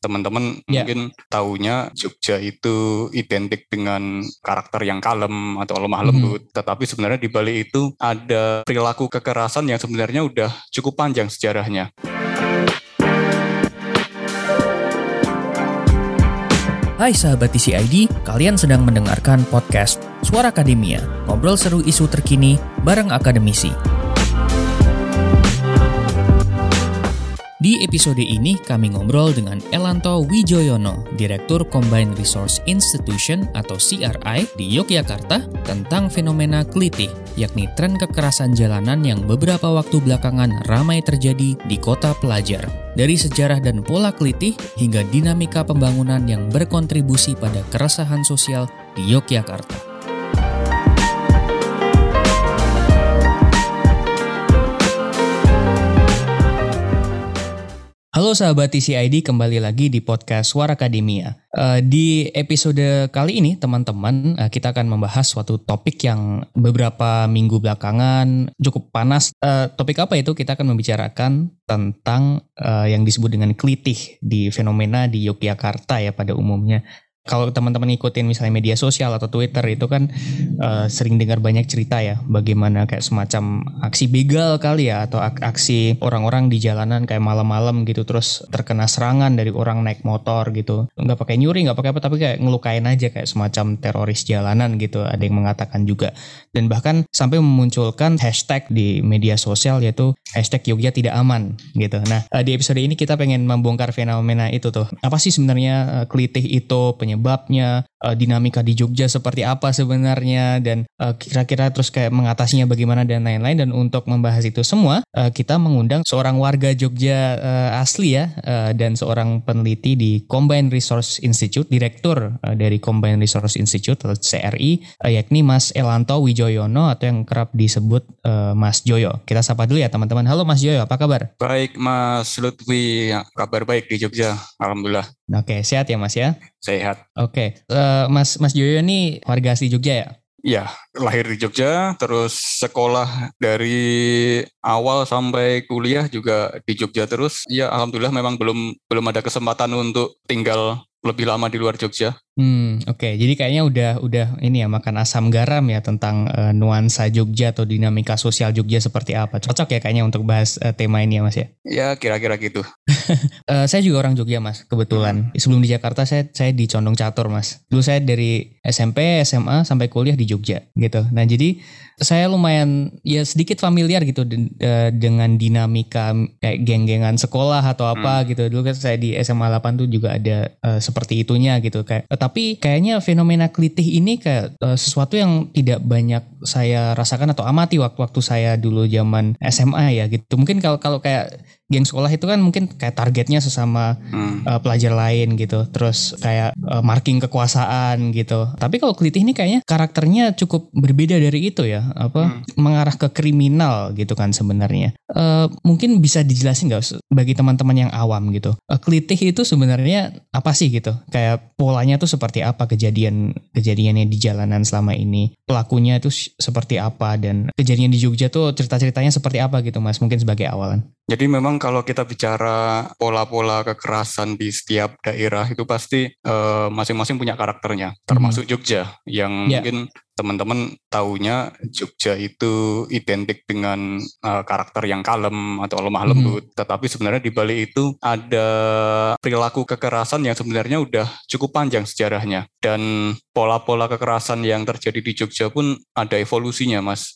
teman-teman mungkin taunya Jogja itu identik dengan karakter yang kalem atau lemah lembut, tetapi sebenarnya di balik itu ada perilaku kekerasan yang sebenarnya udah cukup panjang sejarahnya. Hai sahabat TCID, kalian sedang mendengarkan podcast Suara Akademia, ngobrol seru isu terkini bareng akademisi. Di episode ini kami ngobrol dengan Elanto Wijoyono, Direktur Combined Resource Institution atau CRI di Yogyakarta tentang fenomena kelitih, yakni tren kekerasan jalanan yang beberapa waktu belakangan ramai terjadi di kota pelajar. Dari sejarah dan pola kelitih hingga dinamika pembangunan yang berkontribusi pada keresahan sosial di Yogyakarta. Halo sahabat TCID, kembali lagi di podcast Suara Akademia. Di episode kali ini teman-teman, kita akan membahas suatu topik yang beberapa minggu belakangan cukup panas. Topik apa itu? Kita akan membicarakan tentang yang disebut dengan kelitih di fenomena di Yogyakarta ya pada umumnya. Kalau teman-teman ikutin misalnya media sosial atau Twitter itu kan sering dengar banyak cerita ya, bagaimana kayak semacam aksi begal kali ya, atau aksi orang-orang di jalanan kayak malam-malam gitu terus terkena serangan dari orang naik motor gitu, nggak pakai nyuri, nggak pakai apa, tapi kayak ngelukain aja kayak semacam teroris jalanan gitu, ada yang mengatakan juga, dan bahkan sampai memunculkan hashtag di media sosial yaitu hashtag Yogya tidak aman gitu. Nah di episode ini kita pengen membongkar fenomena itu tuh, apa sih sebenarnya kelitih itu, penyebabnya, dinamika di Jogja seperti apa sebenarnya, dan kira-kira terus kayak mengatasinya bagaimana dan lain-lain. Dan untuk membahas itu semua kita mengundang seorang warga Jogja asli ya, dan seorang peneliti di Combined Resource Institute, direktur dari Combined Resource Institute atau CRI, yakni Mas Elanto Wijoyono atau yang kerap disebut Mas Joyo. Kita sapa dulu ya teman-teman. Halo Mas Joyo, apa kabar? Baik Mas Lutfi, kabar baik di Jogja, alhamdulillah. Oke, sehat ya Mas ya? Sehat. Oke, Mas Joyo ini warga asli Jogja ya? Iya, lahir di Jogja, terus sekolah dari awal sampai kuliah juga di Jogja terus. Ya, alhamdulillah memang belum ada kesempatan untuk tinggal lebih lama di luar Jogja. Oke. Jadi kayaknya udah ini ya, makan asam garam ya tentang nuansa Jogja atau dinamika sosial Jogja seperti apa. Cocok ya kayaknya untuk bahas tema ini ya Mas ya. Ya kira-kira gitu. Saya juga orang Jogja Mas, kebetulan. Sebelum di Jakarta saya di Condong Catur Mas. Dulu saya dari SMP, SMA sampai kuliah di Jogja gitu. Nah jadi saya lumayan ya sedikit familiar gitu dengan dinamika kayak geng-gengan sekolah atau apa gitu. Dulu kan saya di SMA 8 tuh juga ada seperti itunya gitu kayak. Tapi kayaknya fenomena kelitih ini kayak sesuatu yang tidak banyak saya rasakan atau amati waktu saya dulu zaman SMA ya gitu. Mungkin kalau kayak geng sekolah itu kan mungkin kayak targetnya sesama pelajar lain gitu. Terus kayak marking kekuasaan gitu. Tapi kalau kelitih ini kayaknya karakternya cukup berbeda dari itu ya. Mengarah ke kriminal gitu kan sebenarnya. Mungkin bisa dijelasin nggak bagi teman-teman yang awam gitu. Kelitih itu sebenarnya apa sih gitu? Kayak polanya tuh seperti apa, kejadiannya di jalanan selama ini, pelakunya itu seperti apa, dan kejadian di Jogja tuh cerita-ceritanya seperti apa gitu Mas, mungkin sebagai awalan. Jadi memang kalau kita bicara pola-pola kekerasan di setiap daerah itu pasti masing-masing punya karakternya, termasuk Jogja yang mungkin teman-teman taunya Jogja itu identik dengan karakter yang kalem atau lemah lembut, tetapi sebenarnya di balik itu ada perilaku kekerasan yang sebenarnya udah cukup panjang sejarahnya, dan pola-pola kekerasan yang terjadi di Jogja pun ada evolusinya Mas.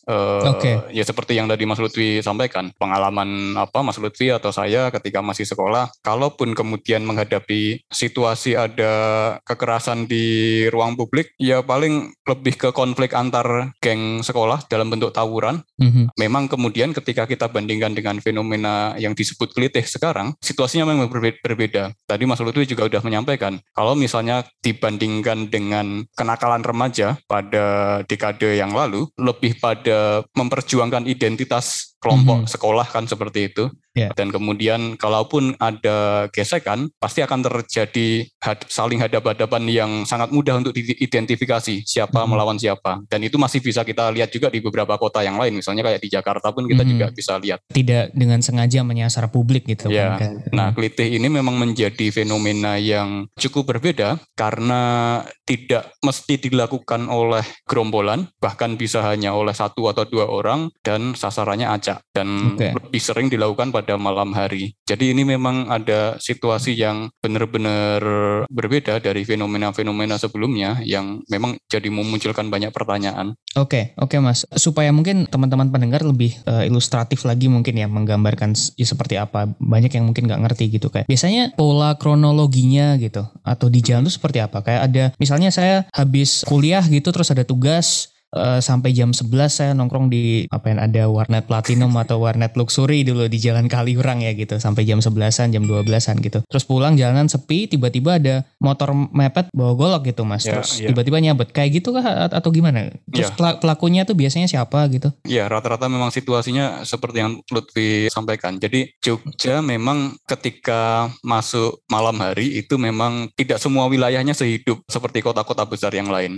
Ya seperti yang tadi Mas Lutfi sampaikan, pengalaman Mas Lutfi atau saya ketika masih sekolah, kalaupun kemudian menghadapi situasi ada kekerasan di ruang publik, ya paling lebih ke konflik antar geng sekolah dalam bentuk tawuran. Memang kemudian ketika kita bandingkan dengan fenomena yang disebut kelitih sekarang, situasinya memang berbeda. Tadi Mas Lutfi juga sudah menyampaikan, kalau misalnya dibandingkan dengan kenakalan remaja pada dekade yang lalu, lebih pada memperjuangkan identitas kelompok sekolah kan seperti itu. Dan kemudian kalaupun ada gesekan, pasti akan terjadi saling hadap-hadapan yang sangat mudah untuk diidentifikasi siapa melawan siapa. Dan itu masih bisa kita lihat juga di beberapa kota yang lain, misalnya kayak di Jakarta pun kita juga bisa lihat. Tidak dengan sengaja menyasar publik gitu kan. Nah, kelitih ini memang menjadi fenomena yang cukup berbeda karena tidak mesti dilakukan oleh gerombolan, bahkan bisa hanya oleh 1 atau 2 orang dan sasarannya acak, dan lebih sering dilakukan pada malam hari. Jadi ini memang ada situasi yang benar-benar berbeda dari fenomena-fenomena sebelumnya yang memang jadi memunculkan banyak pertanyaan. Oke Mas, supaya mungkin teman-teman pendengar lebih ilustratif lagi mungkin ya menggambarkan seperti apa, banyak yang mungkin nggak ngerti gitu, kayak biasanya pola kronologinya gitu atau di jalan itu seperti apa, kayak ada misalnya saya habis kuliah gitu terus ada tugas sampai jam 11 saya nongkrong di ada warnet Platinum atau warnet Luxury dulu di Jalan Kaliurang ya gitu sampai jam 11-an, jam 12-an gitu. Terus pulang jalanan sepi, tiba-tiba ada motor mepet bawa golok gitu Mas. Terus tiba-tiba nyabet. Kayak gitu kah atau gimana? Terus pelakunya tuh biasanya siapa gitu? Iya, rata-rata memang situasinya seperti yang Lutfi sampaikan. Jadi Jogja memang ketika masuk malam hari itu memang tidak semua wilayahnya sehidup seperti kota-kota besar yang lain.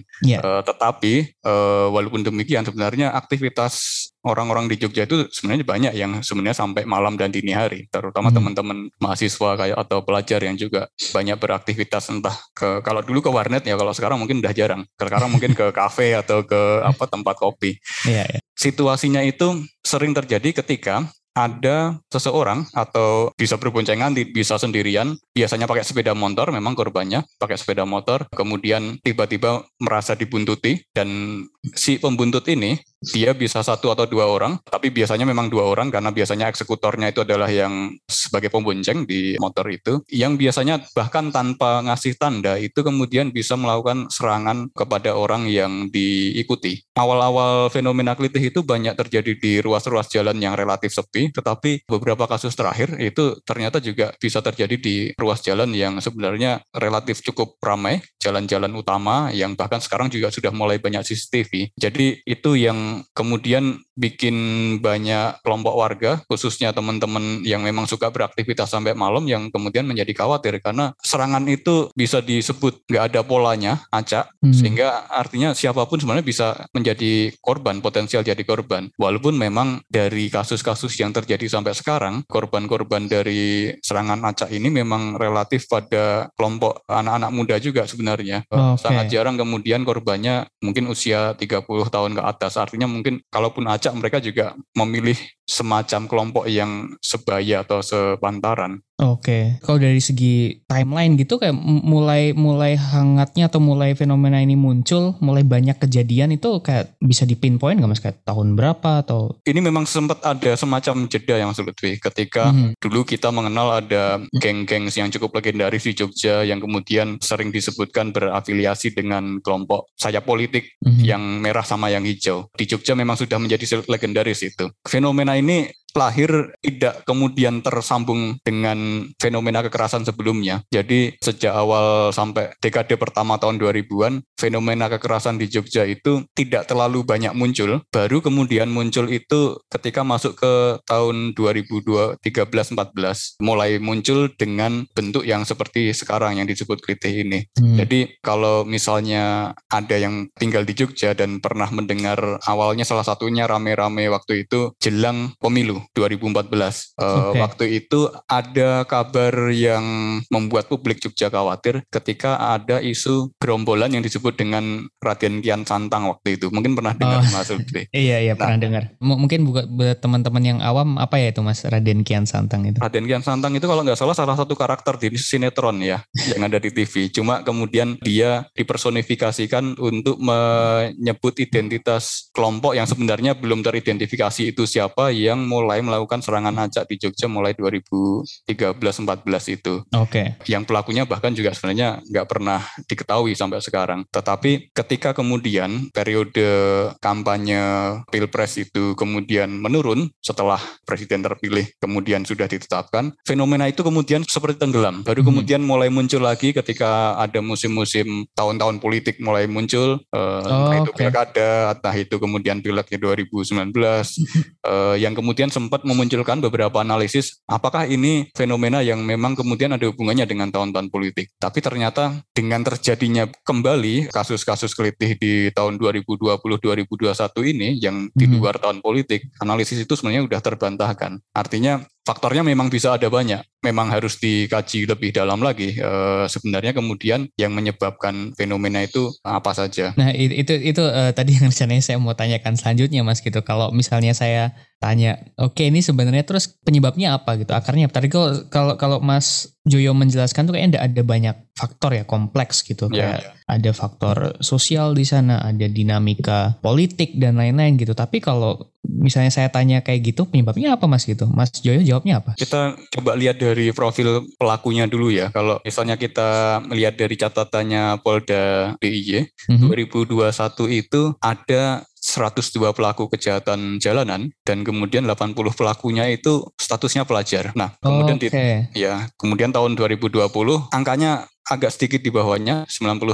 Tetapi walaupun demikian sebenarnya aktivitas orang-orang di Jogja itu sebenarnya banyak yang sebenarnya sampai malam dan dini hari, terutama teman-teman mahasiswa kayak atau pelajar yang juga banyak beraktivitas entah kalau dulu ke warnet ya, kalau sekarang mungkin udah jarang. Sekarang mungkin ke kafe atau ke tempat kopi. Situasinya itu sering terjadi ketika ada seseorang atau bisa berboncengan, bisa sendirian, biasanya pakai sepeda motor, memang korbannya pakai sepeda motor, kemudian tiba-tiba merasa dibuntuti, dan si pembuntut ini dia bisa 1 atau 2 orang, tapi biasanya memang 2 orang karena biasanya eksekutornya itu adalah yang sebagai pembonceng di motor itu, yang biasanya bahkan tanpa ngasih tanda itu kemudian bisa melakukan serangan kepada orang yang diikuti. Awal-awal fenomena kelitih itu banyak terjadi di ruas-ruas jalan yang relatif sepi, tetapi beberapa kasus terakhir itu ternyata juga bisa terjadi di ruas jalan yang sebenarnya relatif cukup ramai, jalan-jalan utama yang bahkan sekarang juga sudah mulai banyak CCTV. Jadi itu yang kemudian bikin banyak kelompok warga, khususnya teman-teman yang memang suka beraktivitas sampai malam, yang kemudian menjadi khawatir karena serangan itu bisa disebut nggak ada polanya, acak, sehingga artinya siapapun sebenarnya bisa menjadi korban, potensial jadi korban. Walaupun memang dari kasus-kasus yang terjadi sampai sekarang, korban-korban dari serangan acak ini memang relatif pada kelompok anak-anak muda juga sebenarnya. Sangat jarang kemudian korbannya mungkin usia 30 tahun ke atas. Artinya mungkin kalaupun acak mereka juga memilih semacam kelompok yang sebaya atau sepantaran. Kalau dari segi timeline gitu kayak mulai hangatnya atau mulai fenomena ini muncul, mulai banyak kejadian itu kayak bisa dipinpoint nggak Mas, kayak tahun berapa atau? Ini memang sempat ada semacam jeda yang sulit ketika dulu kita mengenal ada geng-geng yang cukup legendaris di Jogja yang kemudian sering disebutkan berafiliasi dengan kelompok sayap politik yang merah sama yang hijau. Di Jogja memang sudah menjadi legendaris itu. Fenomena ini lahir tidak kemudian tersambung dengan fenomena kekerasan sebelumnya. Jadi sejak awal sampai dekade pertama tahun 2000-an, fenomena kekerasan di Jogja itu tidak terlalu banyak muncul. Baru kemudian muncul itu ketika masuk ke tahun 2013-14, mulai muncul dengan bentuk yang seperti sekarang yang disebut kelitih ini. Jadi kalau misalnya ada yang tinggal di Jogja dan pernah mendengar awalnya salah satunya rame-rame waktu itu jelang pemilu 2014. Waktu itu ada kabar yang membuat publik Jogja khawatir ketika ada isu gerombolan yang disebut dengan Raden Kian Santang waktu itu. Mungkin pernah dengar Mas Lutfi? Iya pernah dengar. Mungkin buat teman-teman yang awam, apa ya itu Mas Raden Kian Santang itu? Raden Kian Santang itu kalau nggak salah satu karakter di sinetron ya yang ada di TV. Cuma kemudian dia dipersonifikasikan untuk menyebut identitas kelompok yang sebenarnya belum teridentifikasi itu siapa, yang mulai melakukan serangan acak di Jogja mulai 2013-14 itu. Yang pelakunya bahkan juga sebenarnya nggak pernah diketahui sampai sekarang. Tetapi ketika kemudian periode kampanye Pilpres itu kemudian menurun setelah presiden terpilih kemudian sudah ditetapkan, fenomena itu kemudian seperti tenggelam. Baru kemudian mulai muncul lagi ketika ada musim-musim tahun-tahun politik mulai muncul, entah itu pilkada, entah itu kemudian pileknya 2019, yang kemudian sempat memunculkan beberapa analisis apakah ini fenomena yang memang kemudian ada hubungannya dengan tahun-tahun politik. Tapi ternyata dengan terjadinya kembali kasus-kasus kelitih di tahun 2020-2021 ini yang di luar tahun politik, analisis itu sebenarnya sudah terbantahkan. Artinya faktornya memang bisa ada banyak, memang harus dikaji lebih dalam lagi. Sebenarnya kemudian yang menyebabkan fenomena itu apa saja? Nah itu tadi yang rencananya saya mau tanyakan selanjutnya Mas gitu. Kalau misalnya saya tanya, oke ini sebenarnya terus penyebabnya apa gitu, akarnya. Tadi kalau Mas Joyo menjelaskan tuh kayaknya ada banyak faktor ya, kompleks gitu. Kayak ada faktor sosial di sana, ada dinamika politik dan lain-lain gitu. Tapi kalau misalnya saya tanya kayak gitu, penyebabnya apa Mas gitu? Mas Joyo jawabnya apa? Kita coba lihat dari profil pelakunya dulu ya. Kalau misalnya kita melihat dari catatannya Polda DIY, 2021 itu ada 102 pelaku kejahatan jalanan dan kemudian 80 pelakunya itu statusnya pelajar. Nah, kemudian kemudian tahun 2020 angkanya agak sedikit di bawahnya,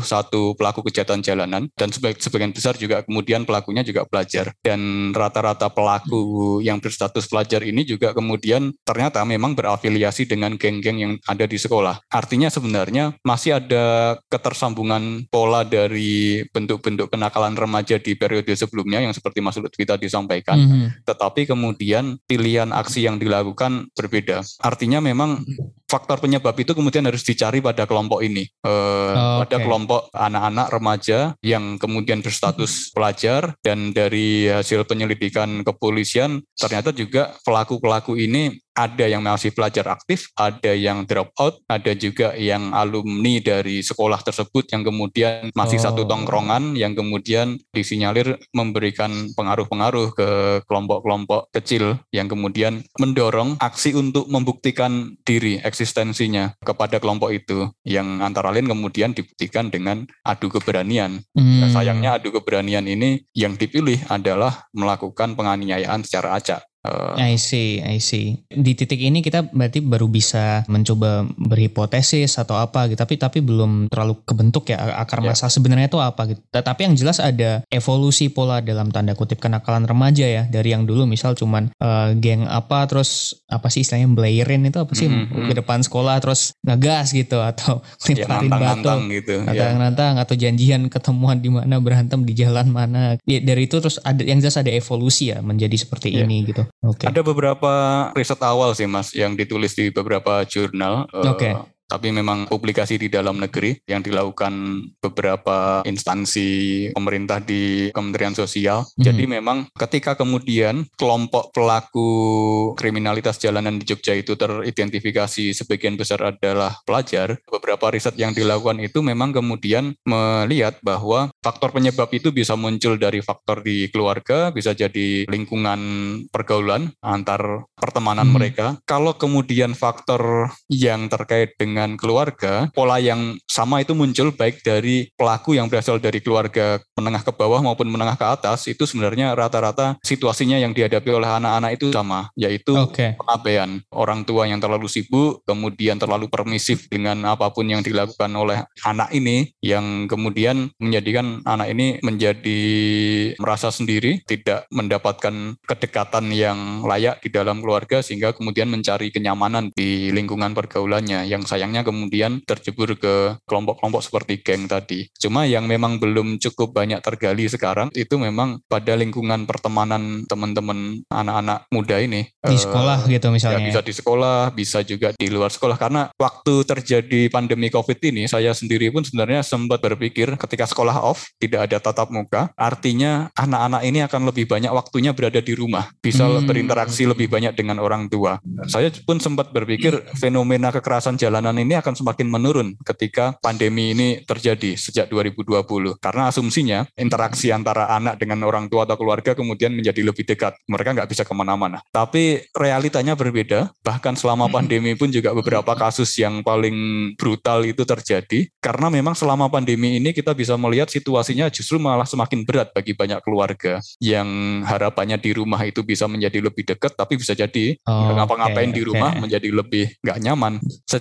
91 pelaku kejahatan jalanan, dan sebagian besar juga kemudian pelakunya juga pelajar. Dan rata-rata pelaku yang berstatus pelajar ini juga kemudian ternyata memang berafiliasi dengan geng-geng yang ada di sekolah. Artinya sebenarnya masih ada ketersambungan pola dari bentuk-bentuk kenakalan remaja di periode sebelumnya yang seperti Mas Lutfi tadi sampaikan, tetapi kemudian pilihan aksi yang dilakukan berbeda. Artinya memang faktor penyebab itu kemudian harus dicari pada kelompok ini, pada kelompok anak-anak remaja yang kemudian berstatus pelajar, dan dari hasil penyelidikan kepolisian ternyata juga pelaku-pelaku ini ada yang masih pelajar aktif, ada yang drop out, ada juga yang alumni dari sekolah tersebut yang kemudian masih satu tongkrongan yang kemudian disinyalir memberikan pengaruh-pengaruh ke kelompok-kelompok kecil yang kemudian mendorong aksi untuk membuktikan diri eksistensinya kepada kelompok itu, yang antara lain kemudian dibuktikan dengan adu keberanian. Sayangnya adu keberanian ini yang dipilih adalah melakukan penganiayaan secara acak. I see. Di titik ini kita berarti baru bisa mencoba berhipotesis atau apa gitu, tapi belum terlalu kebentuk ya akar masa sebenarnya itu apa gitu. Tapi yang jelas ada evolusi pola dalam tanda kutip kenakalan remaja ya, dari yang dulu misal cuman geng apa, terus apa sih istilahnya blairin itu apa sih, ke depan sekolah terus ngegas gitu, atau lemparin batu gitu, nantang atau janjian ketemuan di mana, berantem di jalan mana. Ya, dari itu terus ada yang jelas ada evolusi ya menjadi seperti ini gitu. Ada beberapa riset awal sih Mas yang ditulis di beberapa jurnal. Tapi memang publikasi di dalam negeri yang dilakukan beberapa instansi pemerintah di Kementerian Sosial. Jadi memang ketika kemudian kelompok pelaku kriminalitas jalanan di Jogja itu teridentifikasi sebagian besar adalah pelajar, beberapa riset yang dilakukan itu memang kemudian melihat bahwa faktor penyebab itu bisa muncul dari faktor di keluarga, bisa jadi lingkungan pergaulan antar pertemanan mereka. Kalau kemudian faktor yang terkait dengan keluarga, pola yang sama itu muncul baik dari pelaku yang berasal dari keluarga menengah ke bawah maupun menengah ke atas, itu sebenarnya rata-rata situasinya yang dihadapi oleh anak-anak itu sama, yaitu pengabaian. Orang tua yang terlalu sibuk, kemudian terlalu permisif dengan apapun yang dilakukan oleh anak ini, yang kemudian menjadikan anak ini menjadi merasa sendiri, tidak mendapatkan kedekatan yang layak di dalam keluarga, sehingga kemudian mencari kenyamanan di lingkungan pergaulannya, yang sayangnya kemudian terjebur ke kelompok-kelompok seperti geng tadi. Cuma yang memang belum cukup banyak tergali sekarang itu memang pada lingkungan pertemanan teman-teman anak-anak muda ini. Di sekolah gitu misalnya. Ya, bisa di sekolah, bisa juga di luar sekolah. Karena waktu terjadi pandemi COVID ini, saya sendiri pun sebenarnya sempat berpikir ketika sekolah off, tidak ada tatap muka, artinya anak-anak ini akan lebih banyak waktunya berada di rumah, bisa berinteraksi lebih banyak dengan orang tua. Saya pun sempat berpikir fenomena kekerasan jalanan ini akan semakin menurun ketika pandemi ini terjadi sejak 2020. Karena asumsinya interaksi antara anak dengan orang tua atau keluarga kemudian menjadi lebih dekat. Mereka nggak bisa kemana-mana. Tapi realitanya berbeda. Bahkan selama pandemi pun juga beberapa kasus yang paling brutal itu terjadi. Karena memang selama pandemi ini kita bisa melihat situasinya justru malah semakin berat bagi banyak keluarga yang harapannya di rumah itu bisa menjadi lebih dekat, tapi bisa jadi ngapa-ngapain di rumah menjadi lebih nggak nyaman. Secara umum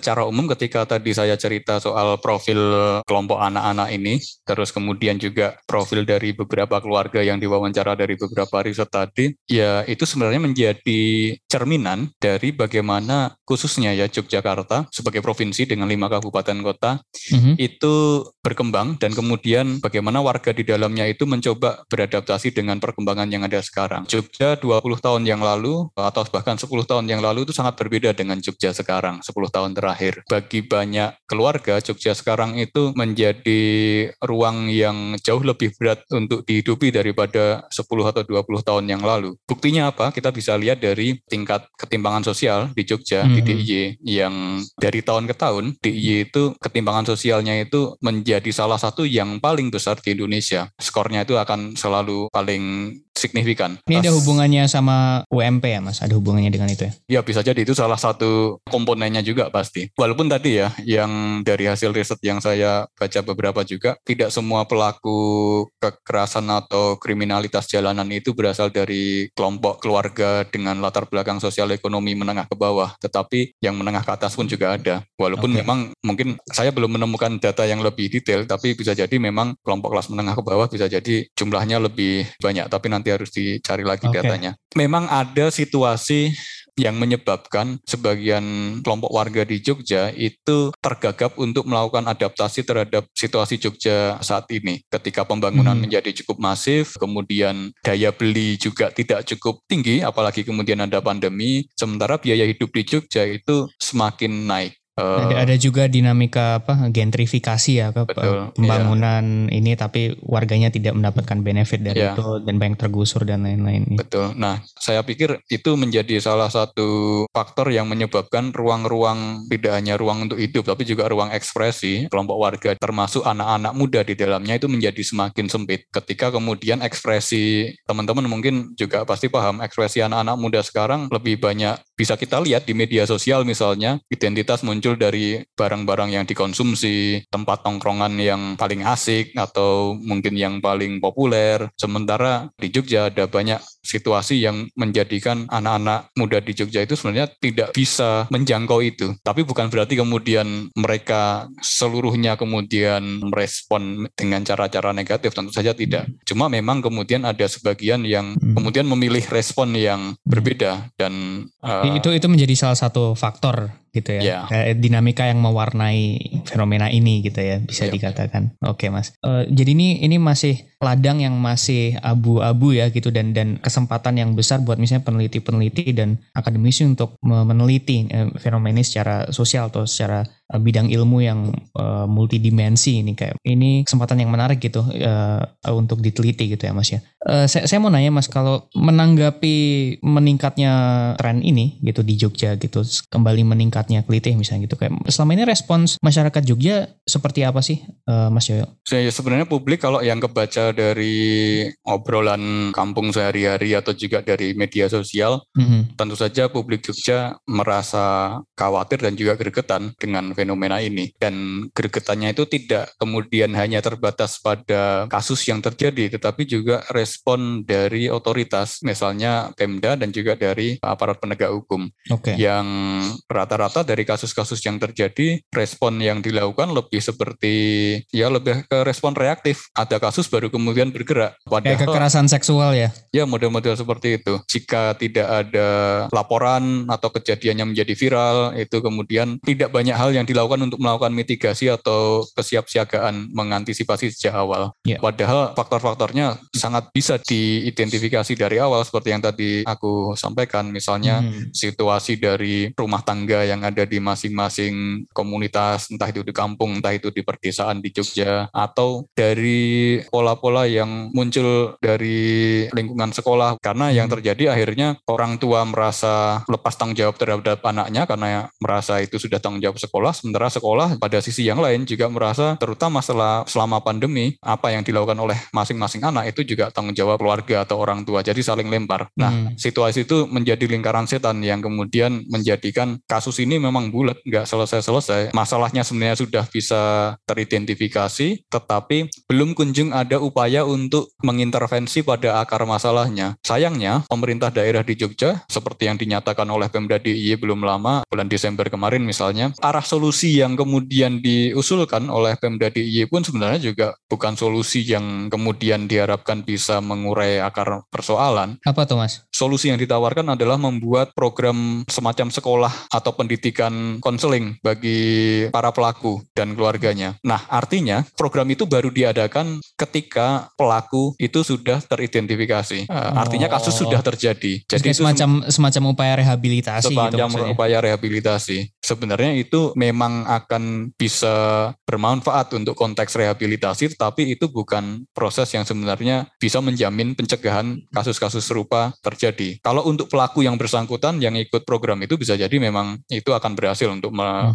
Belum ketika tadi saya cerita soal profil kelompok anak-anak ini, terus kemudian juga profil dari beberapa keluarga yang diwawancara dari beberapa riset tadi, ya itu sebenarnya menjadi cerminan dari bagaimana khususnya ya Yogyakarta sebagai provinsi dengan 5 kabupaten kota itu berkembang, dan kemudian bagaimana warga di dalamnya itu mencoba beradaptasi dengan perkembangan yang ada sekarang. Jogja 20 tahun yang lalu atau bahkan 10 tahun yang lalu itu sangat berbeda dengan Jogja sekarang 10 tahun terakhir. Bagi banyak keluarga, Jogja sekarang itu menjadi ruang yang jauh lebih berat untuk dihidupi daripada 10 atau 20 tahun yang lalu. Buktinya apa? Kita bisa lihat dari tingkat ketimpangan sosial di Jogja, di DIY, yang dari tahun ke tahun, DIY itu ketimpangan sosialnya itu menjadi salah satu yang paling besar di Indonesia. Skornya itu akan selalu paling signifikan. Ini ada hubungannya sama UMP ya Mas? Ada hubungannya dengan itu ya? Ya bisa jadi itu salah satu komponennya juga pasti. Walaupun tadi ya, yang dari hasil riset yang saya baca beberapa juga, tidak semua pelaku kekerasan atau kriminalitas jalanan itu berasal dari kelompok keluarga dengan latar belakang sosial ekonomi menengah ke bawah. Tetapi yang menengah ke atas pun juga ada. Walaupun memang mungkin saya belum menemukan data yang lebih detail, tapi bisa jadi memang kelompok kelas menengah ke bawah bisa jadi jumlahnya lebih banyak. Tapi nanti harus dicari lagi datanya. Memang ada situasi yang menyebabkan sebagian kelompok warga di Jogja itu tergagap untuk melakukan adaptasi terhadap situasi Jogja saat ini. Ketika pembangunan menjadi cukup masif, kemudian daya beli juga tidak cukup tinggi, apalagi kemudian ada pandemi, sementara biaya hidup di Jogja itu semakin naik. Ada juga dinamika gentrifikasi ya pembangunan ini, tapi warganya tidak mendapatkan benefit dari itu dan banyak tergusur dan lain-lain. Betul. Nah, saya pikir itu menjadi salah satu faktor yang menyebabkan ruang-ruang, tidak hanya ruang untuk hidup tapi juga ruang ekspresi kelompok warga termasuk anak-anak muda di dalamnya itu menjadi semakin sempit. Ketika kemudian ekspresi teman-teman mungkin juga pasti paham, ekspresi anak-anak muda sekarang lebih banyak bisa kita lihat di media sosial misalnya, identitas muncul dari barang-barang yang dikonsumsi, tempat nongkrongan yang paling asik atau mungkin yang paling populer. Sementara di Jogja ada banyak situasi yang menjadikan anak-anak muda di Jogja itu sebenarnya tidak bisa menjangkau itu. Tapi bukan berarti kemudian mereka seluruhnya kemudian merespon dengan cara-cara negatif, tentu saja tidak. Cuma memang kemudian ada sebagian yang kemudian memilih respon yang berbeda, dan itu menjadi salah satu faktor gitu ya, dinamika yang mewarnai fenomena ini gitu ya, bisa dikatakan. Oke Mas, jadi ini masih ladang yang masih abu-abu ya gitu, dan kesempatan yang besar buat misalnya peneliti-peneliti dan akademisi untuk meneliti fenomena ini secara sosial atau secara bidang ilmu yang multidimensi ini. Kayak ini kesempatan yang menarik gitu untuk diteliti gitu ya Mas ya. Saya mau nanya Mas, kalau menanggapi meningkatnya tren ini gitu di Jogja gitu, kembali meningkatnya kelitih misalnya gitu, kayak selama ini respons masyarakat Jogja seperti apa sih Mas Yoyo? Sebenarnya publik kalau yang kebaca dari obrolan kampung sehari-hari atau juga dari media sosial, tentu saja publik Jogja merasa khawatir dan juga gregetan dengan fenomena ini. Dan gregetannya itu tidak kemudian hanya terbatas pada kasus yang terjadi, tetapi juga respon dari otoritas, misalnya Pemda dan juga dari aparat penegak hukum. Yang rata-rata dari kasus-kasus yang terjadi, respon yang dilakukan lebih seperti lebih ke respon reaktif. Ada kasus baru kemudian bergerak. Kayak kekerasan seksual ya? Ya, model-model seperti itu. Jika tidak ada laporan atau kejadiannya menjadi viral, itu kemudian tidak banyak hal yang dilakukan untuk melakukan mitigasi atau kesiapsiagaan mengantisipasi sejak awal. Padahal faktor-faktornya sangat bisa diidentifikasi dari awal, seperti yang tadi aku sampaikan. Misalnya situasi dari rumah tangga yang ada di masing-masing komunitas, entah itu di kampung, entah itu di perdesaan di Jogja, atau dari pola-pola yang muncul dari lingkungan sekolah. Karena yang terjadi akhirnya orang tua merasa lepas tanggung jawab terhadap anaknya karena merasa itu sudah tanggung jawab sekolah, sementara sekolah pada sisi yang lain juga merasa, terutama selama pandemi, apa yang dilakukan oleh masing-masing anak itu juga tanggung jawab keluarga atau orang tua, jadi saling lempar. Nah, situasi itu menjadi lingkaran setan yang kemudian menjadikan kasus ini memang bulat, nggak selesai-selesai. Masalahnya sebenarnya sudah bisa teridentifikasi, tetapi belum kunjung ada upaya untuk mengintervensi pada akar masalahnya. Sayangnya, pemerintah daerah di Jogja, seperti yang dinyatakan oleh Pemda DIY belum lama, bulan Desember kemarin misalnya, arah solusi solusi yang kemudian diusulkan oleh Pemda DIY pun sebenarnya juga bukan solusi yang kemudian diharapkan bisa mengurai akar persoalan. Apa tuh Mas? Solusi yang ditawarkan adalah membuat program semacam sekolah atau pendidikan konseling bagi para pelaku dan keluarganya. Nah, artinya program itu baru diadakan ketika pelaku itu sudah teridentifikasi. Artinya kasus sudah terjadi. Jadi itu semacam upaya rehabilitasi gitu maksudnya. Semacam upaya rehabilitasi. Sebenarnya itu memang akan bisa bermanfaat untuk konteks rehabilitasi, tetapi itu bukan proses yang sebenarnya bisa menjamin pencegahan kasus-kasus serupa terjadi. Kalau untuk pelaku yang bersangkutan yang ikut program itu bisa jadi memang itu akan berhasil untuk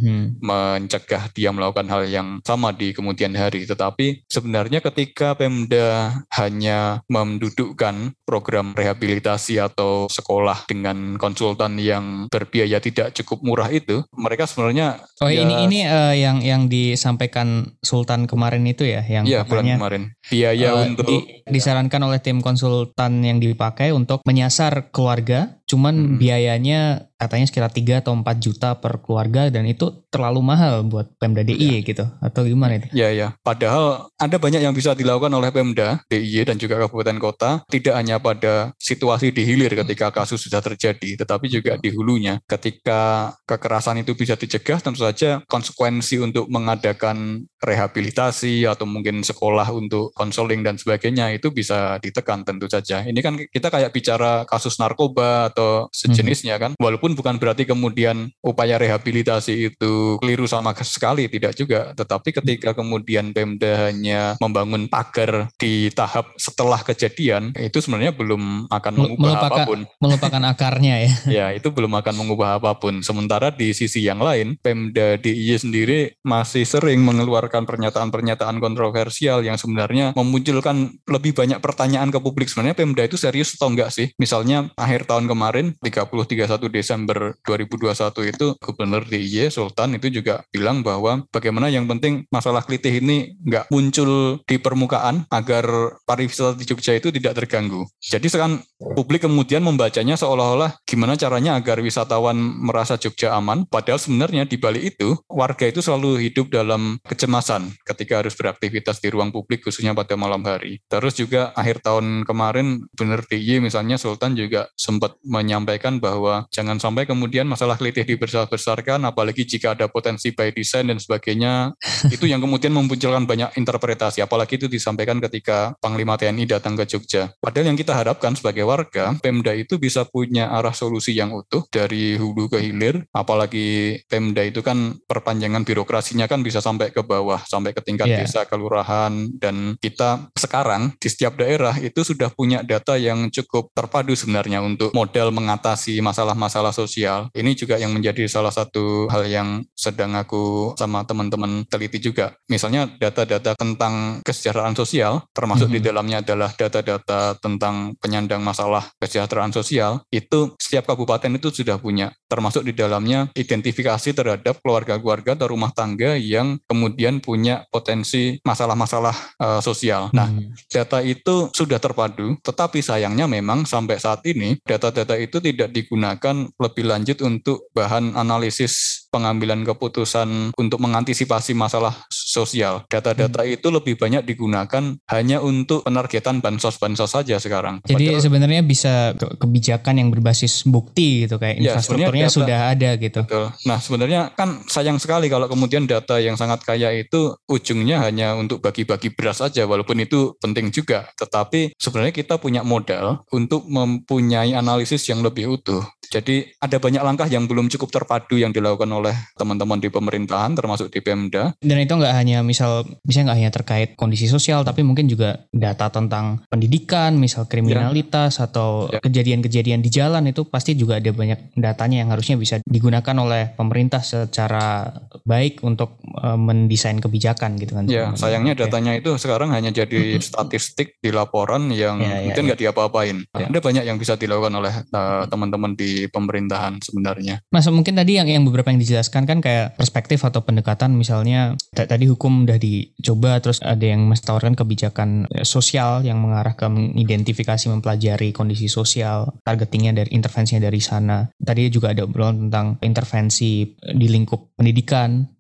mencegah dia melakukan hal yang sama di kemudian hari. Tetapi sebenarnya ketika Pemda hanya mendudukkan program rehabilitasi atau sekolah dengan konsultan yang berbiaya tidak cukup murah itu, mereka sebenarnya ini yang disampaikan Sultan kemarin itu ya, yang bulan kemarin biaya untuk disarankan oleh tim konsultan yang dipakai untuk menyasar keluarga, cuman biayanya katanya sekitar 3 atau 4 juta per keluarga, dan itu terlalu mahal buat Pemda DIY gitu, atau gimana itu? Ya. Padahal ada banyak yang bisa dilakukan oleh Pemda DIY dan juga kabupaten kota, tidak hanya pada situasi di hilir ketika kasus sudah terjadi, tetapi juga di hulunya. Ketika kekerasan itu bisa dicegah, tentu saja konsekuensi untuk mengadakan rehabilitasi atau mungkin sekolah untuk konseling dan sebagainya itu bisa ditekan tentu saja. Ini kan kita kayak bicara kasus narkoba atau sejenisnya kan, walaupun bukan berarti kemudian upaya rehabilitasi itu keliru sama sekali, tidak juga. Tetapi ketika kemudian Pemda hanya membangun pagar di tahap setelah kejadian, itu sebenarnya belum akan mengubah apapun. Melupakan akarnya ya. Ya, itu belum akan mengubah apapun. Sementara di sisi yang lain, Pemda DIY sendiri masih sering mengeluarkan pernyataan-pernyataan kontroversial yang sebenarnya memunculkan lebih banyak pertanyaan ke publik. Sebenarnya Pemda itu serius atau enggak sih? Misalnya akhir tahun kemarin, 30-31 Desember 2021 itu Gubernur DIY Sultan itu juga bilang bahwa bagaimana yang penting masalah kelitih ini nggak muncul di permukaan agar pariwisata di Jogja itu tidak terganggu. Jadi sekarang publik kemudian membacanya seolah-olah gimana caranya agar wisatawan merasa Jogja aman, padahal sebenarnya di balik itu warga itu selalu hidup dalam kecemasan ketika harus beraktivitas di ruang publik khususnya pada malam hari. Terus juga akhir tahun kemarin Gubernur DIY misalnya Sultan juga sempat menyampaikan bahwa jangan sampai kemudian masalah kelitih dibesar-besarkan, apalagi jika ada potensi by design dan sebagainya. Itu yang kemudian memunculkan banyak interpretasi, apalagi itu disampaikan ketika Panglima TNI datang ke Jogja. Padahal yang kita harapkan sebagai warga, Pemda itu bisa punya arah solusi yang utuh dari hulu ke hilir, apalagi Pemda itu kan perpanjangan birokrasinya kan bisa sampai ke bawah, sampai ke tingkat desa, kelurahan, dan kita sekarang di setiap daerah itu sudah punya data yang cukup terpadu sebenarnya untuk model mengatasi masalah-masalah sosial. Ini juga yang menjadi salah satu hal yang sedang aku sama teman-teman teliti juga. Misalnya data-data tentang kesejahteraan sosial, termasuk di dalamnya adalah data-data tentang penyandang masalah kesejahteraan sosial, itu setiap kabupaten itu sudah punya. Termasuk di dalamnya identifikasi terhadap keluarga-keluarga atau rumah tangga yang kemudian punya potensi masalah-masalah sosial. Nah, data itu sudah terpadu, tetapi sayangnya memang sampai saat ini data-data itu tidak digunakan lebih lanjut untuk bahan analisis pengambilan keputusan untuk mengantisipasi masalah sosial. Data-data itu lebih banyak digunakan hanya untuk penargetan bansos-bansos saja sekarang. Jadi sebenarnya bisa kebijakan yang berbasis bukti gitu, kayak infrastrukturnya sudah ada gitu. Betul. Nah, sebenarnya kan sayang sekali kalau kemudian data yang sangat kaya itu ujungnya hanya untuk bagi-bagi beras saja, walaupun itu penting juga. Tetapi sebenarnya kita punya modal untuk mempunyai analisis yang lebih utuh. Jadi ada banyak langkah yang belum cukup terpadu yang dilakukan oleh teman-teman di pemerintahan, termasuk di Pemda. Dan itu nggak hanya misalnya nggak hanya terkait kondisi sosial, tapi mungkin juga data tentang pendidikan, misal kriminalitas atau kejadian-kejadian di jalan, itu pasti juga ada banyak datanya yang harusnya bisa digunakan oleh pemerintah secara baik untuk mendesain kebijakan gitu kan. Ya, sayangnya datanya itu sekarang hanya jadi statistik di laporan yang mungkin nggak diapa-apain. Ada banyak yang bisa dilakukan oleh teman-teman di pemerintahan sebenarnya. Mas, mungkin tadi yang beberapa yang dijelaskan kan kayak perspektif atau pendekatan, misalnya tadi hukum udah dicoba, terus ada yang mentawarkan kebijakan sosial yang mengarah ke mengidentifikasi, mempelajari kondisi sosial, targetingnya dari intervensinya dari sana. Tadi juga ada obrolan tentang intervensi di lingkup pendidikan,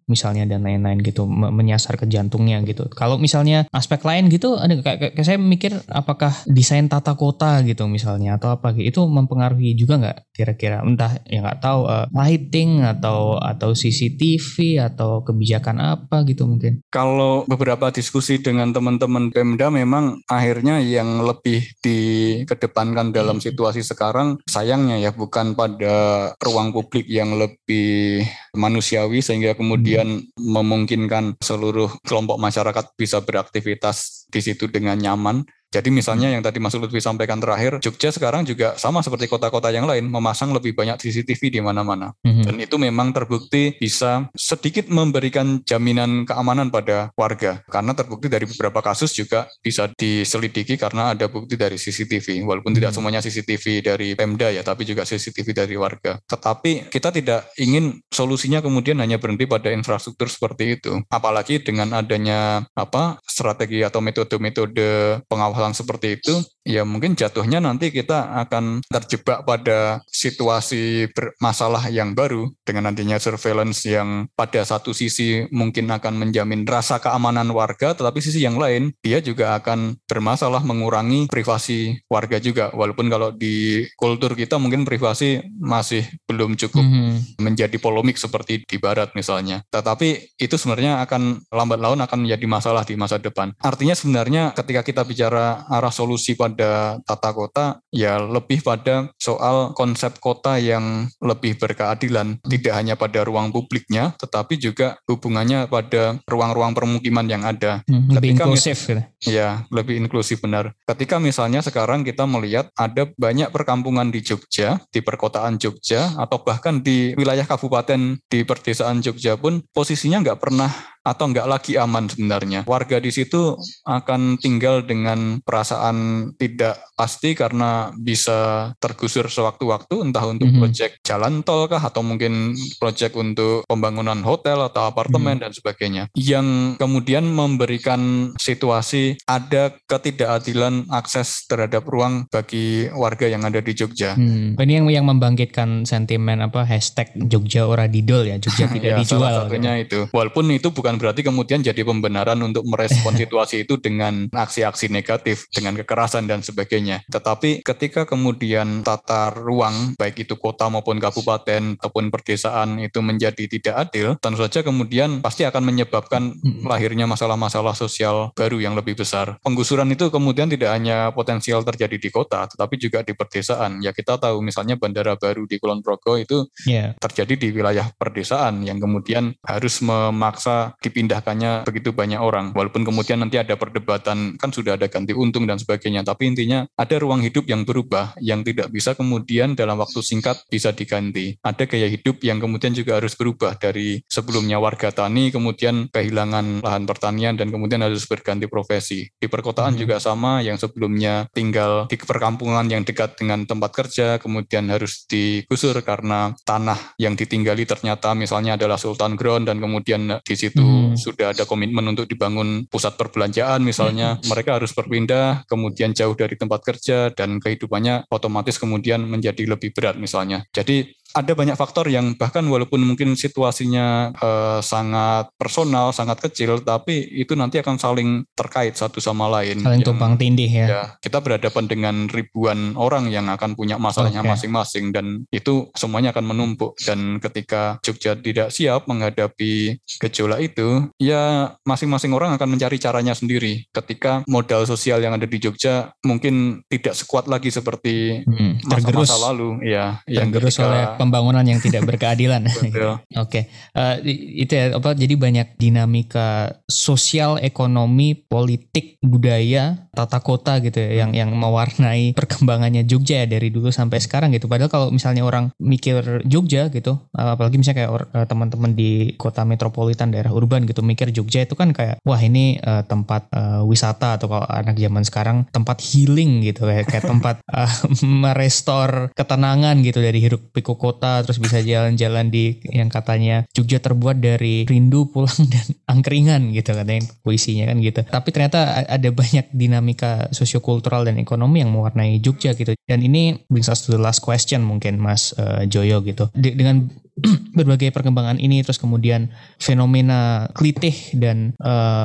misalnya dan lain-lain gitu, menyasar ke jantungnya gitu. Kalau misalnya aspek lain gitu, ada kayak saya mikir apakah desain tata kota gitu misalnya atau apa gitu, itu mempengaruhi juga nggak kira-kira? Entah ya nggak tahu lighting atau CCTV atau kebijakan apa gitu mungkin. Kalau beberapa diskusi dengan teman-teman Pemda memang akhirnya yang lebih dikedepankan dalam situasi sekarang sayangnya ya bukan pada ruang publik yang lebih manusiawi sehingga kemudian memungkinkan seluruh kelompok masyarakat bisa beraktivitas di situ dengan nyaman. Jadi misalnya yang tadi Mas Lutfi sampaikan terakhir, Jogja sekarang juga sama seperti kota-kota yang lain, memasang lebih banyak CCTV di mana-mana. Dan itu memang terbukti bisa sedikit memberikan jaminan keamanan pada warga. Karena terbukti dari beberapa kasus juga bisa diselidiki karena ada bukti dari CCTV. Walaupun tidak semuanya CCTV dari Pemda ya, tapi juga CCTV dari warga. Tetapi kita tidak ingin solusinya kemudian hanya berhenti pada infrastruktur seperti itu. Apalagi dengan adanya strategi atau metode-metode pengawasan seperti itu, ya mungkin jatuhnya nanti kita akan terjebak pada situasi bermasalah yang baru dengan nantinya surveillance yang pada satu sisi mungkin akan menjamin rasa keamanan warga, tetapi sisi yang lain dia juga akan bermasalah mengurangi privasi warga juga. Walaupun kalau di kultur kita mungkin privasi masih belum cukup menjadi polemik seperti di barat misalnya. Tetapi itu sebenarnya akan lambat laun akan menjadi masalah di masa depan. Artinya sebenarnya ketika kita bicara arah solusi pada tata kota, ya lebih pada soal konsep kota yang lebih berkeadilan, tidak hanya pada ruang publiknya, tetapi juga hubungannya pada ruang-ruang permukiman yang ada. Lebih inklusif. Ya, lebih inklusif benar. Ketika misalnya sekarang kita melihat ada banyak perkampungan di Jogja, di perkotaan Jogja, atau bahkan di wilayah kabupaten di perdesaan Jogja pun posisinya nggak pernah atau nggak lagi aman sebenarnya. Warga di situ akan tinggal dengan perasaan tidak pasti karena bisa tergusur sewaktu-waktu, entah untuk proyek jalan tol kah, atau mungkin proyek untuk pembangunan hotel atau apartemen dan sebagainya. Yang kemudian memberikan situasi ada ketidakadilan akses terhadap ruang bagi warga yang ada di Jogja. Ini yang membangkitkan sentimen hashtag Jogja ora didol ya, Jogja tidak dijual. Salah satunya gitu. Itu. Walaupun itu bukan berarti kemudian jadi pembenaran untuk merespon situasi itu dengan aksi-aksi negatif, dengan kekerasan dan sebagainya. Tetapi ketika kemudian tata ruang, baik itu kota maupun kabupaten ataupun perdesaan itu menjadi tidak adil, tentu saja kemudian pasti akan menyebabkan lahirnya masalah-masalah sosial baru yang lebih besar. Penggusuran itu kemudian tidak hanya potensial terjadi di kota, tetapi juga di perdesaan. Ya kita tahu misalnya bandara baru di Kulon Progo itu terjadi di wilayah perdesaan yang kemudian harus memaksa dipindahkannya begitu banyak orang. Walaupun kemudian nanti ada perdebatan, kan sudah ada ganti untung dan sebagainya, tapi intinya ada ruang hidup yang berubah, yang tidak bisa kemudian dalam waktu singkat bisa diganti. Ada gaya hidup yang kemudian juga harus berubah dari sebelumnya warga tani, kemudian kehilangan lahan pertanian, dan kemudian harus berganti profesi. Di perkotaan juga sama, yang sebelumnya tinggal di perkampungan yang dekat dengan tempat kerja, kemudian harus digusur karena tanah yang ditinggali ternyata misalnya adalah Sultan Ground, dan kemudian di situ sudah ada komitmen untuk dibangun pusat perbelanjaan misalnya, mereka harus berpindah, kemudian jauh dari tempat kerja, dan kehidupannya otomatis kemudian menjadi lebih berat misalnya. Jadi ada banyak faktor yang bahkan walaupun mungkin situasinya sangat personal, sangat kecil, tapi itu nanti akan saling terkait satu sama lain. Saling tumpang tindih ya. Kita berhadapan dengan ribuan orang yang akan punya masalahnya masing-masing, dan itu semuanya akan menumpuk. Dan ketika Jogja tidak siap menghadapi gejolak itu, ya masing-masing orang akan mencari caranya sendiri. Ketika modal sosial yang ada di Jogja mungkin tidak sekuat lagi seperti masa-masa lalu. Ya, tergerus oleh pembangunan yang tidak berkeadilan. Oke. Itu ya, jadi banyak dinamika sosial, ekonomi, politik, budaya, tata kota gitu ya, yang mewarnai perkembangannya Jogja ya dari dulu sampai sekarang gitu. Padahal kalau misalnya orang mikir Jogja gitu, apalagi misalnya kayak teman-teman di kota metropolitan, daerah urban gitu, mikir Jogja itu kan kayak wah ini tempat wisata, atau kalau anak zaman sekarang tempat healing gitu, kayak tempat merestore ketenangan gitu dari hiruk pikuk kota, terus bisa jalan-jalan di yang katanya Jogja terbuat dari rindu pulang dan angkringan gitu katanya puisinya kan gitu. Tapi ternyata ada banyak dinamika sosiokultural dan ekonomi yang mewarnai Jogja gitu. Dan ini brings us to the last question mungkin Mas Joyo gitu. Dengan berbagai perkembangan ini, terus kemudian fenomena klitih dan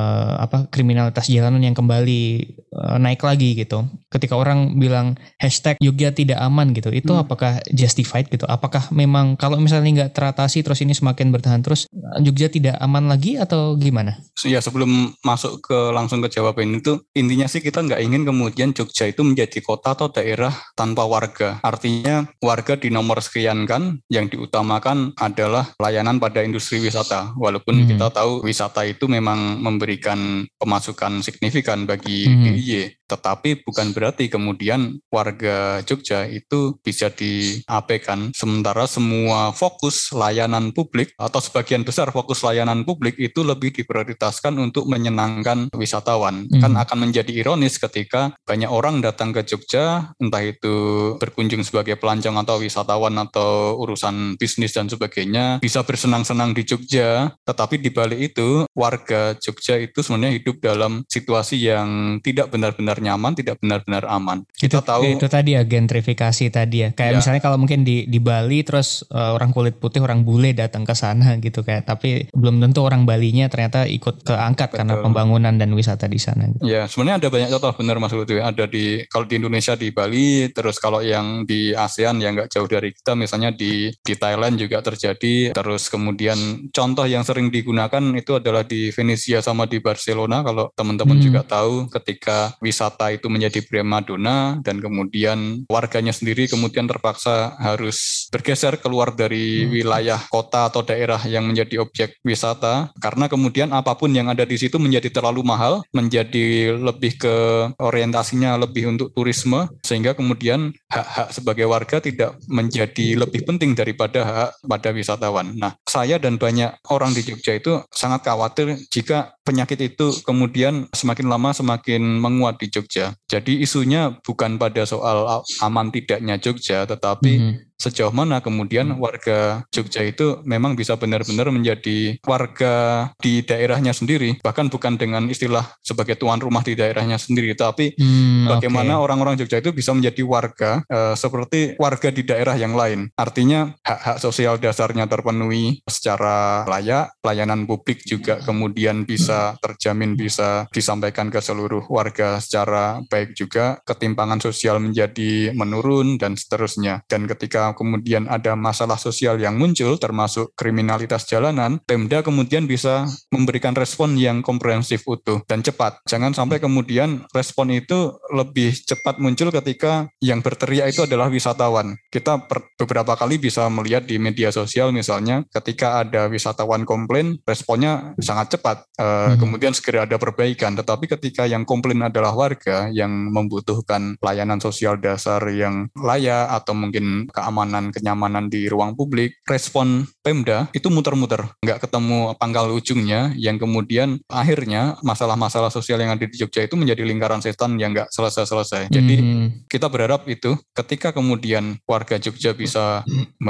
kriminalitas jalanan yang kembali naik lagi gitu. Ketika orang bilang hashtag Jogja tidak aman gitu, itu apakah justified gitu? Apakah memang kalau misalnya nggak teratasi terus ini semakin bertahan terus, Jogja tidak aman lagi atau gimana? Ya, sebelum masuk langsung ke jawaban itu, intinya sih kita nggak ingin kemudian Jogja itu menjadi kota atau daerah tanpa warga. Artinya warga di nomor sekian kan, yang diutamakan adalah layanan pada industri wisata. Walaupun kita tahu wisata itu memang memberikan pemasukan signifikan bagi DIY, tetapi bukan berarti kemudian warga Jogja itu bisa diabaikan. Sementara semua fokus layanan publik atau sebagian besar fokus layanan publik itu lebih diprioritaskan untuk menyenangkan wisatawan. Kan akan menjadi ironis ketika banyak orang datang ke Jogja, entah itu berkunjung sebagai pelancong atau wisatawan atau urusan bisnis dan sebagainya, bisa bersenang-senang di Jogja, tetapi di balik itu warga Jogja itu sebenarnya hidup dalam situasi yang tidak benar-benar nyaman, tidak benar-benar aman. Kita tahu itu tadi ya, gentrifikasi tadi ya. Kayak misalnya kalau mungkin di Bali terus orang kulit putih, orang bule datang ke sana gitu kayak, tapi belum tentu orang Balinya ternyata ikut keangkat karena pembangunan dan wisata di sana. Gitu. Ya, sebenarnya ada banyak contoh, benar Mas Lutfi. Ada kalau di Indonesia di Bali, terus kalau yang di ASEAN yang nggak jauh dari kita, misalnya di Thailand juga terjadi. Terus kemudian contoh yang sering digunakan itu adalah di Venesia sama di Barcelona. Kalau teman-teman juga tahu, ketika wisata itu menjadi primadona dan kemudian warganya sendiri kemudian terpaksa harus bergeser keluar dari wilayah kota atau daerah yang menjadi objek wisata, karena kemudian apapun yang ada di situ menjadi terlalu mahal, menjadi lebih ke orientasinya lebih untuk turisme, sehingga kemudian hak-hak sebagai warga tidak menjadi lebih penting daripada hak pada wisatawan. Nah, saya dan banyak orang di Jogja itu sangat khawatir jika penyakit itu kemudian semakin lama semakin menguat di Jogja. Jadi isunya bukan pada soal aman tidaknya Jogja, tetapi sejauh mana kemudian warga Jogja itu memang bisa benar-benar menjadi warga di daerahnya sendiri, bahkan bukan dengan istilah sebagai tuan rumah di daerahnya sendiri, tapi bagaimana orang-orang Jogja itu bisa menjadi warga seperti warga di daerah yang lain. Artinya hak-hak sosial dasarnya terpenuhi secara layak, pelayanan publik juga kemudian bisa terjamin, bisa disampaikan ke seluruh warga secara baik juga, ketimpangan sosial menjadi menurun dan seterusnya. Dan ketika kemudian ada masalah sosial yang muncul termasuk kriminalitas jalanan, Pemda kemudian bisa memberikan respon yang komprehensif, utuh dan cepat. Jangan sampai kemudian respon itu lebih cepat muncul ketika yang berteriak itu adalah wisatawan. Kita beberapa kali bisa melihat di media sosial misalnya, ketika ada wisatawan komplain, responnya sangat cepat, kemudian segera ada perbaikan. Tetapi ketika yang komplain adalah warga yang membutuhkan pelayanan sosial dasar yang layak atau mungkin kenyamanan di ruang publik, respon Pemda itu muter-muter, nggak ketemu pangkal ujungnya, yang kemudian akhirnya masalah-masalah sosial yang ada di Jogja itu menjadi lingkaran setan yang nggak selesai-selesai. Jadi kita berharap itu ketika kemudian warga Jogja bisa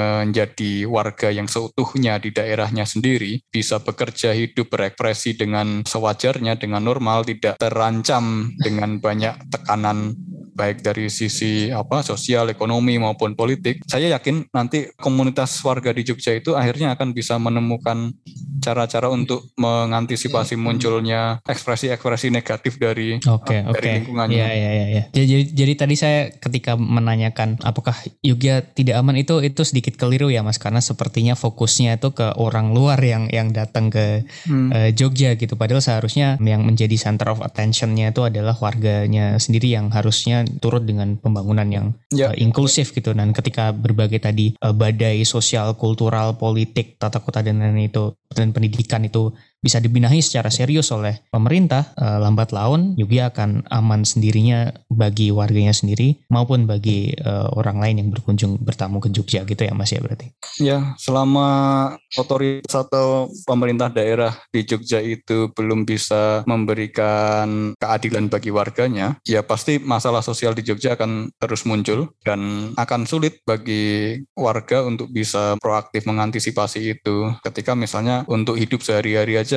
menjadi warga yang seutuhnya di daerahnya sendiri, bisa bekerja, hidup, berekspresi dengan sewajarnya, dengan normal, tidak terancam dengan banyak tekanan baik dari sisi sosial, ekonomi maupun politik. Saya yakin nanti komunitas warga di Jogja itu akhirnya akan bisa menemukan cara-cara untuk mengantisipasi munculnya ekspresi-ekspresi negatif dari lingkungannya. Iya. Jadi tadi saya ketika menanyakan apakah Jogja tidak aman itu sedikit keliru ya Mas, karena sepertinya fokusnya itu ke orang luar yang datang ke Jogja gitu. Padahal seharusnya yang menjadi center of attention-nya itu adalah warganya sendiri yang harusnya turut dengan pembangunan yang inklusif gitu. Dan ketika berbagai tadi badai sosial, kultural, politik, tata kota dan lain-lain itu dan pendidikan itu bisa dibenahi secara serius oleh pemerintah, lambat laun Jogja akan aman sendirinya bagi warganya sendiri maupun bagi orang lain yang berkunjung bertamu ke Jogja gitu ya Mas ya berarti. Ya, selama otoritas atau pemerintah daerah di Jogja itu belum bisa memberikan keadilan bagi warganya, ya pasti masalah sosial di Jogja akan terus muncul dan akan sulit bagi warga untuk bisa proaktif mengantisipasi itu. Ketika misalnya untuk hidup sehari-hari aja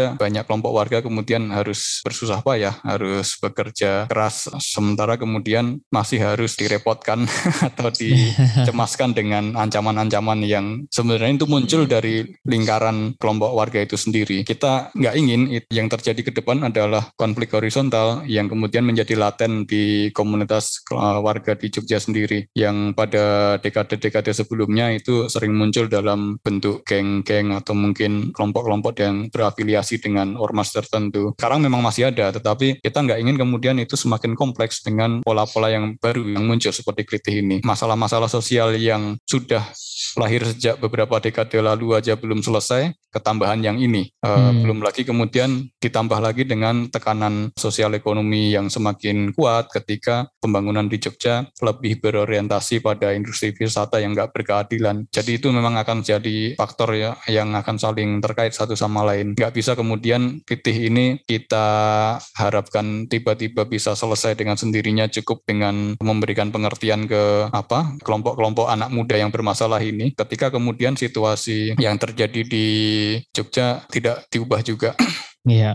saja banyak kelompok warga kemudian harus bersusah payah, harus bekerja keras, sementara kemudian masih harus direpotkan atau dicemaskan dengan ancaman-ancaman yang sebenarnya itu muncul dari lingkaran kelompok warga itu sendiri. Kita nggak ingin yang terjadi ke depan adalah konflik horizontal yang kemudian menjadi laten di komunitas warga di Jogja sendiri, yang pada dekade-dekade sebelumnya itu sering muncul dalam bentuk geng-geng atau mungkin kelompok-kelompok yang berafiliasi dengan ormas tertentu. Sekarang memang masih ada, tetapi kita nggak ingin kemudian itu semakin kompleks dengan pola-pola yang baru yang muncul seperti Klitih ini. Masalah-masalah sosial yang sudah lahir sejak beberapa dekade lalu aja belum selesai, ketambahan yang ini. Belum lagi kemudian ditambah lagi dengan tekanan sosial ekonomi yang semakin kuat ketika pembangunan di Jogja lebih berorientasi pada industri wisata yang nggak berkeadilan. Jadi itu memang akan jadi faktor ya yang akan saling terkait satu sama lain. Nggak bisa kemudian Klitih ini kita harapkan tiba-tiba bisa selesai dengan sendirinya cukup dengan memberikan pengertian ke kelompok-kelompok anak muda yang bermasalah ini, ketika kemudian situasi yang terjadi di Jogja tidak diubah juga. Iya,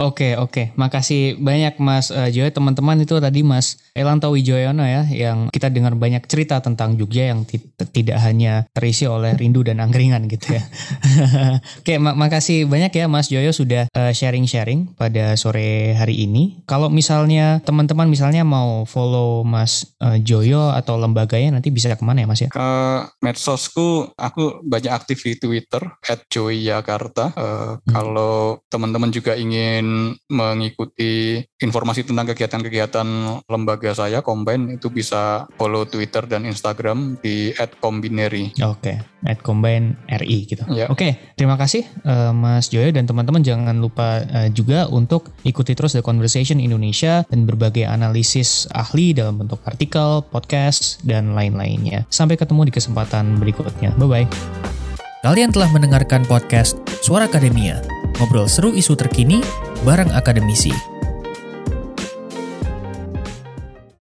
oke. Makasih banyak Mas Joyo. Teman-teman, itu tadi Mas Elanto Wijoyono ya, yang kita dengar banyak cerita tentang Jogja yang tidak hanya terisi oleh rindu dan angkringan gitu ya. Oke, makasih banyak ya Mas Joyo sudah sharing-sharing pada sore hari ini. Kalau misalnya teman-teman mau follow Mas Joyo atau lembaganya, nanti bisa kemana ya Mas ya? Ke medsosku, aku banyak aktif di Twitter @joyakarta. Kalau teman-teman juga ingin mengikuti informasi tentang kegiatan-kegiatan lembaga saya, Combine, itu bisa follow Twitter dan Instagram di @combineri. Oke, @combineri gitu. Ya. Oke, terima kasih Mas Joyo, dan teman-teman jangan lupa juga untuk ikuti terus The Conversation Indonesia dan berbagai analisis ahli dalam bentuk artikel, podcast, dan lain-lainnya. Sampai ketemu di kesempatan berikutnya. Bye-bye. Kalian telah mendengarkan podcast Suara Akademia. Ngobrol seru isu terkini bareng akademisi.